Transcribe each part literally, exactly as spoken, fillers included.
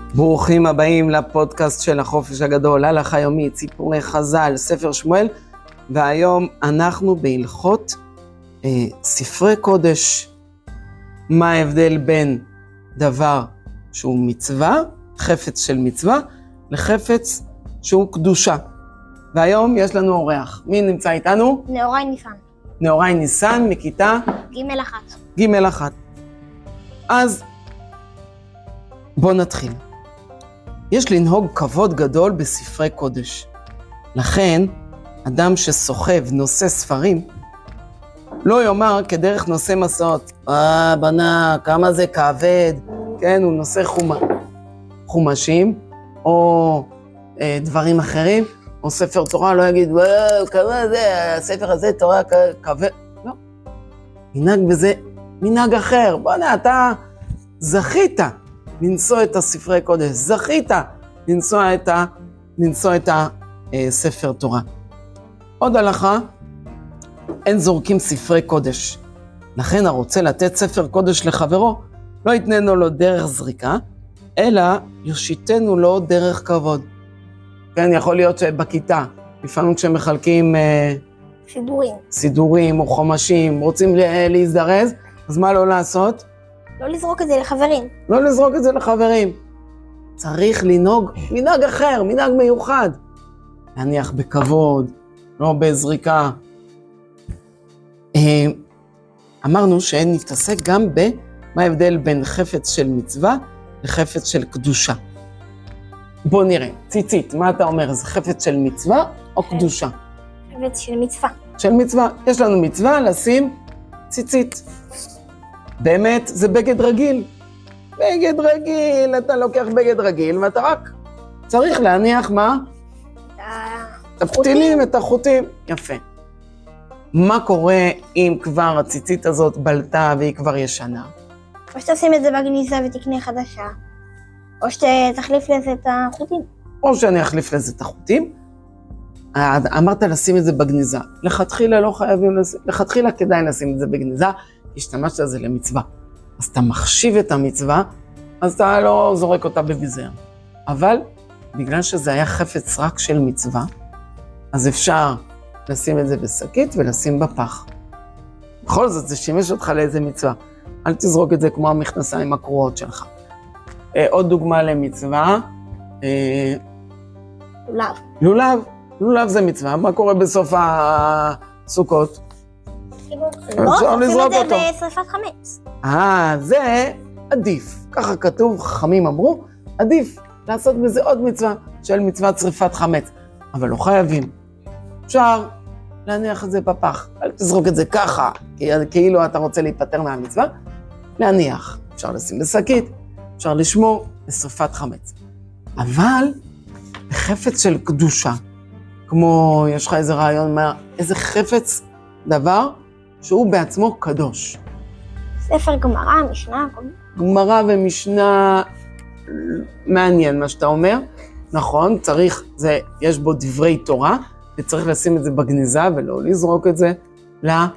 ברוכים הבאים לפודקאסט של החופש הגדול, הלכה יומית, סיפורי חז"ל, ספר שמואל, והיום אנחנו בהלכות אה, ספרי קודש. מה ההבדל בין דבר שהוא מצווה, חפץ של מצווה, לחפץ שהוא קדושה. והיום יש לנו אורח. מי נמצא איתנו? נאורי ניסן. נאורי ניסן מכיתה? ג' אחת. ג' אחת. אז בוא נתחיל. יש לנהוג כבוד גדול בספרי קודש. לכן, אדם שסוחב, נושא ספרים, לא יאמר כדרך נושא מסעות, אה, בנה, כמה זה כבד, כן, הוא נושא חומ... חומשים, או אה, דברים אחרים, או ספר תורה, לא יגיד, וואו, כמה זה, הספר הזה תורה כבד, לא. מנהג בזה, מנהג אחר, בנה, אתה זכית לנסוע את הספרי קודש, זכית לנסוע את, ה... לנסוע את הספר תורה. עוד הלכה, אין זורקים ספרי קודש. לכן הרוצה לתת ספר קודש לחברו, לא יתננו לו דרך זריקה, אלא יושיטנו לו דרך כבוד. כן, יכול להיות שבכיתה, לפעמים כשמחלקים אה, סידורים. סידורים או חומשים, רוצים להזדרז, אז מה לא לעשות? לא לזרוק את זה לחברים. לא לזרוק את זה לחברים. צריך לנהוג מנהג אחר, מנהג מיוחד. להניח בכבוד, לא בזריקה. אמרנו שנתעסק גם במה ההבדל בין חפץ של מצווה לחפץ של קדושה. בוא נראה, ציצית, מה אתה אומר? זה חפץ של מצווה או קדושה? חפץ של מצווה. של מצווה. יש לנו מצווה לשים ציצית. באמת, זה בגד רגיל. בגד רגיל, אתה לוקח בגד רגיל, ואתה רק צריך להניח מה? את הפתילים, את החוטים. יפה. מה קורה אם כבר הציצית הזאת בלטה והיא כבר ישנה? או שתשים את זה בגניזה ותקנה חדשה, או שתחליף לזה את החוטים. או שאני אחליף לזה את החוטים. אמרת לשים את זה בגניזה. לכתחילה לא חייבים לשים, לכתחילה כדאי לשים את זה בגניזה, השתמשת לזה למצווה. אז אתה מחשיב את המצווה, אז אתה לא זורק אותה בביזיון. אבל בגלל שזה היה חפץ רק של מצווה, אז אפשר לשים את זה בשקית ולשים בפח. בכל זאת, זה שימש אותך לאיזה מצווה. אל תזרוק את זה כמו המכנסיים הקרועות שלך. אה, עוד דוגמה למצווה. אה, לולב. לולב. לולב זה מצווה. מה קורה בסוף הסוכות? לא, עושים את זה בשריפת חמץ. אה, זה עדיף. ככה כתוב, חכמים אמרו, עדיף לעשות בזה עוד מצווה של מצוות שריפת חמץ. אבל לא חייבים. אפשר להניח את זה בפח. אל תזרוק את זה ככה, כאילו אתה רוצה להיפטר מהמצווה. להניח. אפשר לשים בשקית, אפשר לשמור לשריפת חמץ. אבל בחפץ של קדושה, כמו יש לך איזה רעיון, מה, איזה חפץ דבר שהוא בעצמו קדוש. ספר גמרא, משנה. גמרא ומשנה, מעניין מה שאתה אומר. נכון, צריך, זה, יש בו דברי תורה, וצריך לשים את זה בגניזה ולא לזרוק את זה לפח.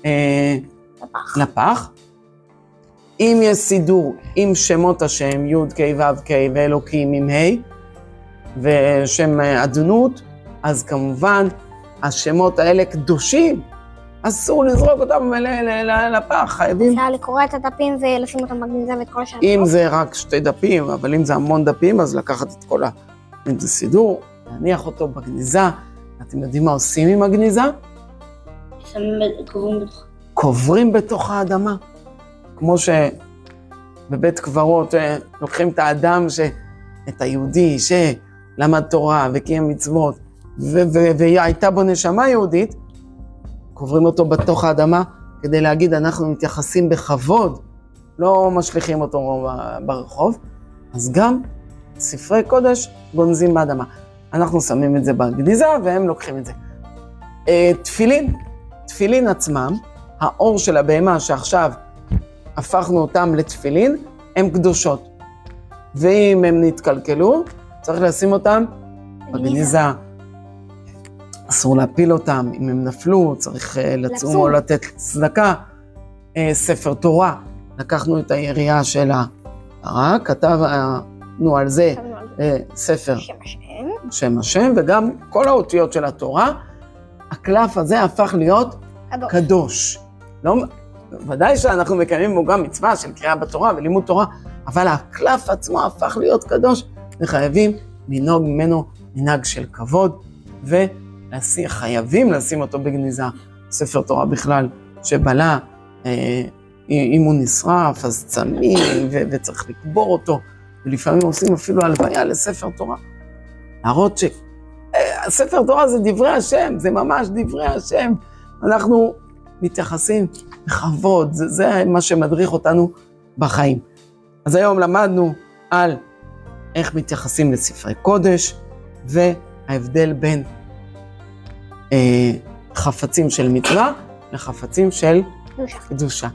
לפח. אם יש סידור עם שמות השם, י' כ' ו' כ' ואלוקים עם ה' ושם אדנות, אז כמובן השמות האלה קדושים, אסור לזרוק אותם לפח, חייבים. אפשר לקרוא את הדפים ולשים אותם בגניזה ואת כל השם. אם זה רק שתי דפים, אבל אם זה המון דפים, אז לקחת את כל ה... אם זה סידור, להניח אותו בגניזה. אתם יודעים מה עושים עם הגניזה? קוברים בתוך. קוברים בתוך האדמה. כמו שבבית קברות לוקחים את האדם, ש... את היהודי שלמד תורה וקיים מצוות, ו... ו... והייתה בו נשמה יהודית, קוברים אותו בתוך האדמה, כדי להגיד אנחנו מתייחסים בכבוד, לא משליכים אותו ברחוב. אז גם ספרי קודש גונזים באדמה. אנחנו שמים את זה בגניזה והם לוקחים את זה. תפילין, תפילין עצמם, האור של הבהמה שעכשיו הפכנו אותם לתפילין, הם קדושות. ואם הם נתקלקלו, צריך לשים אותם בגניזה. אסור להפיל אותם, אם הם נפלו, צריך לצום או לתת צדקה. ספר תורה, לקחנו את היריעה של הרע, כתב כתבנו על זה אה, ספר שם השם. שם השם, וגם כל האותיות של התורה, הקלף הזה הפך להיות קדוש. קדוש. לא, ודאי שאנחנו מקיימים בו גם מצווה של קריאה בתורה ולימוד תורה, אבל הקלף עצמו הפך להיות קדוש, וחייבים לנהוג ממנו מנהג של כבוד, וחייבים לשים אותו בגניזה. ספר תורה בכלל שבלה, אה, אם הוא נשרף, אז צמים, ו- וצריך לקבור אותו, ולפעמים עושים אפילו הלוויה לספר תורה. להראות שהספר תורה זה דברי השם, זה ממש דברי השם. אנחנו מתייחסים בכבוד, זה, זה מה שמדריך אותנו בחיים. אז היום למדנו על איך מתייחסים לספרי קודש, וההבדל בין אה, חפצים של מצווה לחפצים של קדושה. קדושה.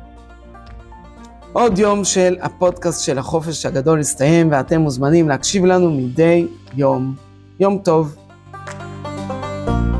עוד יום של הפודקאסט של החופש הגדול הסתיים, ואתם מוזמנים להקשיב לנו מדי יום. יום טוב.